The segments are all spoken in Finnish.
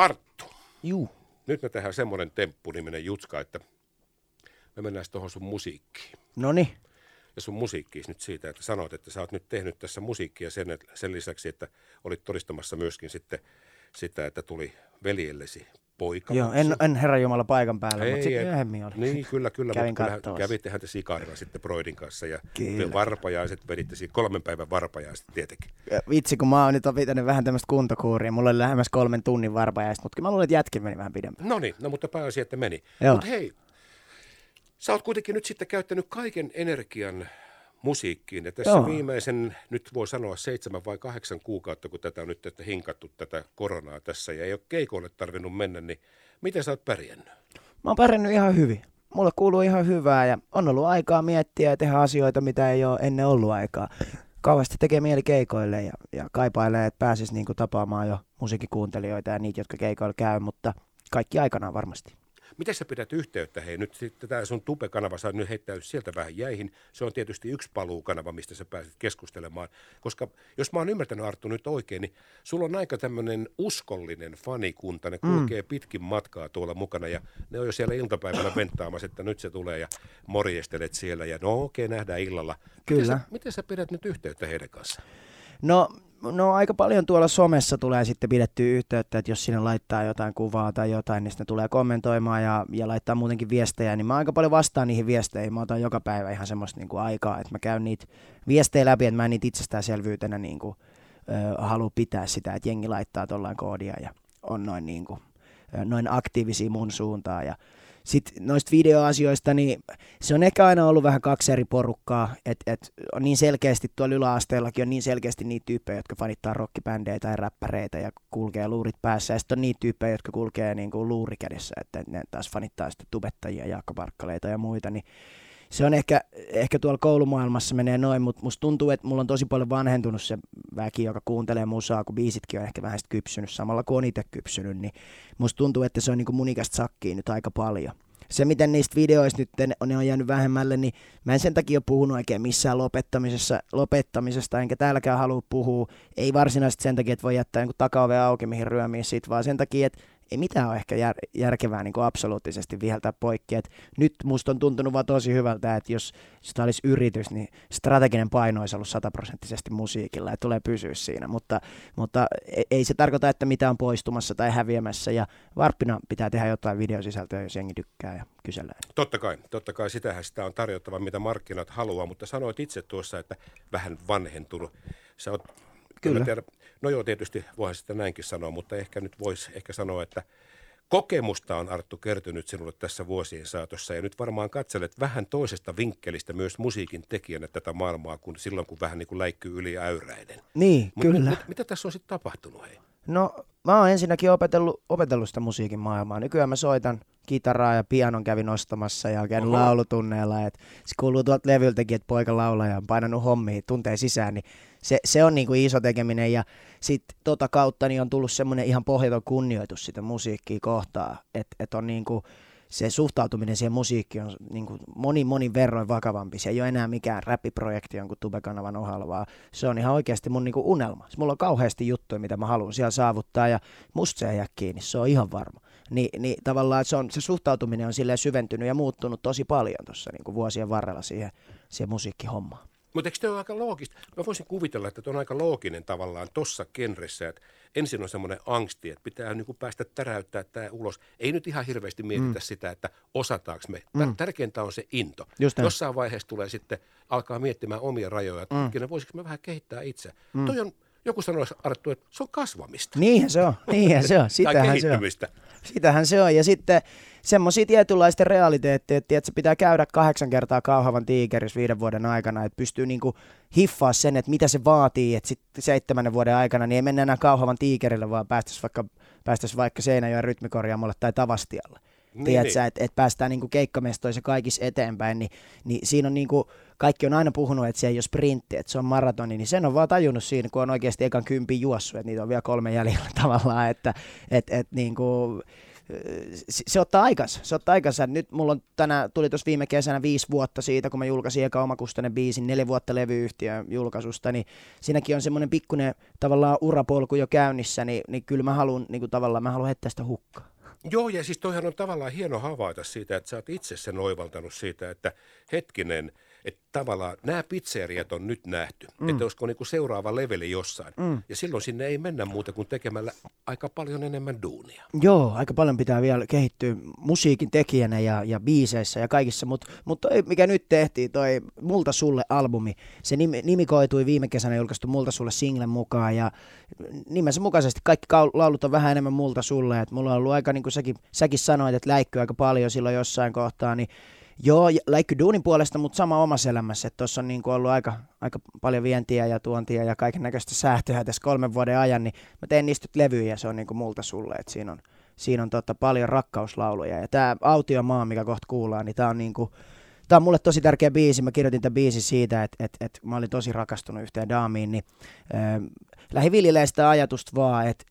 Arttu, Juu. nyt me tehdään semmoinen temppu-niminen jutska, että me mennään tuohon sun musiikkiin. Noniin. Ja sun musiikkiin nyt siitä, että sanoit, että sä oot nyt tehnyt tässä musiikkia sen lisäksi, että olit todistamassa myöskin sitten sitä, että tuli veljellesi poika. Joo, en herra jumala paikan päällä, mutta sitten myöhemmin oli. Niin, kyllä. Kävin Kävittehän te Sikarilla sitten Broidin kanssa ja kyllä. Varpajaiset veditte siinä 3 päivän varpajaiset tietenkin. Ja vitsi, kun mä oon nyt pitänyt vähän tämmöistä kuntokuuria. Mulla oli lähemmäs 3 tunnin varpajaiset, mutta mä luulen, että jätkin meni vähän pidempään. No niin, mutta pääasia, että meni. Mutta hei, sä oot kuitenkin nyt sitten käyttänyt kaiken energian musiikkiin. Ja tässä viimeisen, nyt voi sanoa 7 vai 8 kuukautta, kun tätä on nyt hinkattu tätä koronaa tässä ja ei ole keikoille tarvinnut mennä, niin miten sä oot pärjännyt? Mä oon pärjännyt ihan hyvin. Mulle kuuluu ihan hyvää ja on ollut aikaa miettiä ja tehdä asioita, mitä ei ole ennen ollut aikaa. Kauheasti tekee mieli keikoille ja kaipailee, että pääsisi niinku tapaamaan jo musiikkikuuntelijoita ja niitä, jotka keikoilla käy, mutta kaikki aikanaan varmasti. Miten sä pidät yhteyttä? Hei, nyt sitten tämä sun Tube-kanava saa nyt heittää sieltä vähän jäihin. Se on tietysti yksi paluukanava, mistä sä pääset keskustelemaan. Koska jos mä oon ymmärtänyt, Arttu, nyt oikein, niin sulla on aika tämmöinen uskollinen fanikunta. Ne kulkee pitkin matkaa tuolla mukana ja ne on jo siellä iltapäivällä venttaamassa, että nyt se tulee ja morjestelet siellä. Ja no okei, nähdään illalla. Kyllä. Miten sä pidät nyt yhteyttä heidän kanssa? No aika paljon tuolla somessa tulee sitten pidettyä yhteyttä, että jos sinne laittaa jotain kuvaa tai jotain, niin sitten tulee kommentoimaan ja laittaa muutenkin viestejä, niin mä aika paljon vastaan niihin viesteihin. Mä otan joka päivä ihan semmoista niin kuin aikaa, että mä käyn niitä viestejä läpi, että mä en niitä itsestäänselvyytenä niin kuin, halua pitää sitä, että jengi laittaa tollain koodia ja on noin aktiivisia mun suuntaan. Ja sitten noista videoasioista, niin se on ehkä aina ollut vähän 2 eri porukkaa, että on niin selkeästi tuolla yläasteellakin on niin selkeästi niitä tyyppejä, jotka fanittaa rockibändejä tai räppäreitä ja kulkee luurit päässä, ja sitten on niitä tyyppejä, jotka kulkee niin kuin luuri kädessä, että ne taas fanittaa sitten tubettajia, Jaakko Parkkaleita ja muita, niin se on ehkä tuolla koulumaailmassa menee noin, mutta musta tuntuu, että mulla on tosi paljon vanhentunut se väki, joka kuuntelee musaa, kun biisitkin on ehkä vähän sit kypsynyt, samalla kun on itse kypsynyt, niin musta tuntuu, että se on niinku mun ikäistä sakkiin nyt aika paljon. Se, miten niistä videoista nyt ne on jäänyt vähemmälle, niin mä en sen takia ole puhunut oikein missään lopettamisesta, enkä täälläkään halua puhua. Ei varsinaisesti sen takia, että voi jättää niin takaove auki, mihin ryömiä sit, vaan sen takia, että ei mitään ole ehkä järkevää niin kuin absoluuttisesti viheltää poikki. Et nyt musta on tuntunut vaan tosi hyvältä, että jos tämä olisi yritys, niin strateginen paino olisi ollut 100% musiikilla ja tulee pysyä siinä. Mutta ei se tarkoita, että mitään on poistumassa tai häviämässä. Ja varppina pitää tehdä jotain videosisältöä, jos jengi tykkää ja kysellään. Totta kai sitähän sitä on tarjottava, mitä markkinat haluaa, mutta sanoit itse tuossa, että vähän vanhentunut. Sä oot, kyllä. No joo, tietysti voihan sitä näinkin sanoa, mutta ehkä nyt voisi sanoa, että kokemusta on, Arttu, kertynyt sinulle tässä vuosien saatossa ja nyt varmaan katselet vähän toisesta vinkkelistä myös musiikin tekijänä tätä maailmaa, kun silloin kun vähän niin kuin läikkyy yli äyräiden. Niin, kyllä. Mitä tässä on sitten tapahtunut, hei? No mä oon ensinnäkin opetellut sitä musiikin maailmaa. Nykyään mä soitan kitaraa ja pianon kävin ostamassa ja käynyt laulutunneilla. Se kuuluu tuolta levyltäkin, että poika laulaa ja on painanut hommia, tuntee sisään. Niin se on niinku iso tekeminen ja sitten tota kautta niin on tullut semmoinen ihan pohjaton kunnioitus sitä musiikkia kohtaan. Että on niinku se suhtautuminen siihen musiikkiin on niinku monin verroin vakavampi. Se ei ole enää mikään räppiprojekti jonkun Tube-kanavan ohella, vaan se on ihan oikeasti mun niinku unelma. Mulla on kauheasti juttuja, mitä mä haluan siellä saavuttaa ja musta se ei jää kiinni, se on ihan varma. Niin tavallaan se suhtautuminen on silleen syventynyt ja muuttunut tosi paljon tuossa niinku vuosien varrella siihen musiikkihommaan. Mutta eikö tämä ole aika loogista? Mä voisin kuvitella, että tämä on aika looginen tavallaan tuossa genressä, että ensin on semmoinen angsti, että pitää niinku päästä täräyttää tämä ulos. Ei nyt ihan hirveästi mietitä sitä, että osataanko me. Tärkeintä on se into. Jossain vaiheessa tulee sitten alkaa miettimään omia rajoja, että voisiko me vähän kehittää itse. Toi on, joku sanoisi, Arttu, että se on kasvamista. Niinhän se on. Sitähän se on. Ja sitten semmoisia tietynlaisten realiteetteja, että se pitää käydä 8 kertaa Kauhavan tiikerissä 5 vuoden aikana, että pystyy niinku hiffaa sen, että mitä se vaatii, että sitten 7 vuoden aikana niin ei mennä enää Kauhavan tiikerille, vaan päästäisiin vaikka Seinäjoen rytmikorjaamolle tai Tavastialle. Tiedätkö, että päästään niinku keikkamestoissa kaikissa eteenpäin, niin siinä on niinku, kaikki on aina puhunut, että se ei ole sprintti, että se on maratoni, niin sen on vaan tajunnut siinä, kun on oikeasti ekan 10 juossut, että niitä on vielä 3 jäljellä tavallaan, että niinku, se ottaa aikansa. Nyt mulla on tuli tuossa viime kesänä 5 vuotta siitä, kun mä julkaisin eka omakustainen biisin, 4 vuotta levyyhtiön julkaisusta, niin siinäkin on semmoinen pikkuinen tavallaan urapolku jo käynnissä, niin kyllä mä haluan heittää sitä hukkaa. Joo, ja siis toihan on tavallaan hieno havaita siitä, että sä oot itse sen oivaltanut siitä, että hetkinen, että tavallaan nämä pizzeriat on nyt nähty, että olisiko niinku seuraava leveli jossain. Ja silloin sinne ei mennä muuta kuin tekemällä aika paljon enemmän duunia. Joo, aika paljon pitää vielä kehittyä musiikin tekijänä ja biiseissä ja kaikissa, mutta mikä nyt tehtiin, toi Multa sulle -albumi, se nimi koitui viime kesänä julkaistu Multa sulle -singlen mukaan ja nimensä mukaisesti kaikki laulut on vähän enemmän Multa sulle, että mulla on ollut aika, niin kuin säkin sanoit, että läikkyy aika paljon silloin jossain kohtaa, niin joo, läikky duunin puolesta, mutta sama omassa elämässä, että tuossa on niin kuin ollut aika paljon vientiä ja tuontia ja kaiken näköistä säätöä tässä 3 vuoden ajan, niin mä teen niistä levyjä ja se on niin kuin Multa sulle, että siinä on paljon rakkauslauluja ja tämä Autiomaa, mikä kohta kuullaan, niin tämä on mulle tosi tärkeä biisi. Mä kirjoitin tämän biisin siitä, että mä olin tosi rakastunut yhteen daamiin, niin lähdin viljelemään sitä ajatusta vaan, että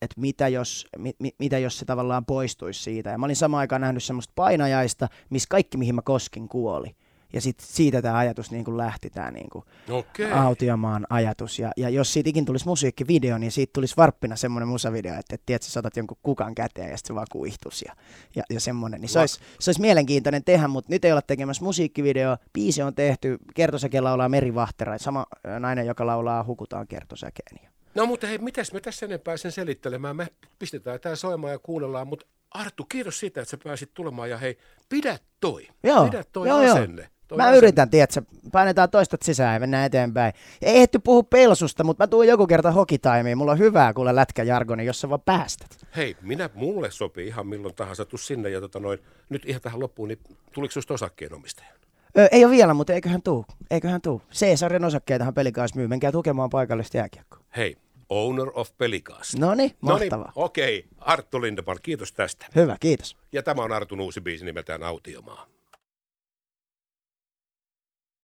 mitä jos se tavallaan poistuisi siitä. Ja mä olin samaan aikaan nähnyt semmoista painajaista, missä kaikki mihin mä koskin kuoli. Ja siitä tämä ajatus niin kuin lähti, tämä niin kuin Autiomaan ajatus. Ja jos siitä ikin tulisi musiikkivideo, niin siitä tulisi varppina semmoinen musavideo, että tiedät, sä otat jonkun kukan käteen ja sitten se vaan kuihtuisi ja semmoinen. Niin se olisi mielenkiintoinen tehdä, mutta nyt ei olla tekemässä musiikkivideo. Biisi on tehty, Kertosäke laulaa Merivahtera, sama nainen, joka laulaa Hukutaan kertosäkeen. No mutta hei, mitäs me tässä enempää sen selittelemään? Me pistetään tää soimaan ja kuunnellaan, mutta Arttu, kiitos siitä, että sä pääsit tulemaan ja hei, pidä toi asenne. Mä yritän, tiedätkö, painetaan toistot sisään ja mennään eteenpäin. Ei ehditty puhua pelsusta, mutta mä tuun joku kerta hokitaimiin. Mulla on hyvää kuule lätkäjargoni, jos sä vaan päästät. Hei, mulle sopii ihan milloin tahansa, tuu sinne ja nyt ihan tähän loppuun, niin tuliko susta osakkeenomistaja? Ei ole vielä, mutta eiköhän tuu. C-sarjan osakkeitahan Pelikaas myy, menkää tukemaan paikallista jääkiekkoa. Hei, owner of Pelikaas. Noniin, mahtavaa. Okei, Arttu Lindeman, kiitos tästä. Hyvä, kiitos. Ja tämä on Artun uusi biisi nimeltään Autiomaa.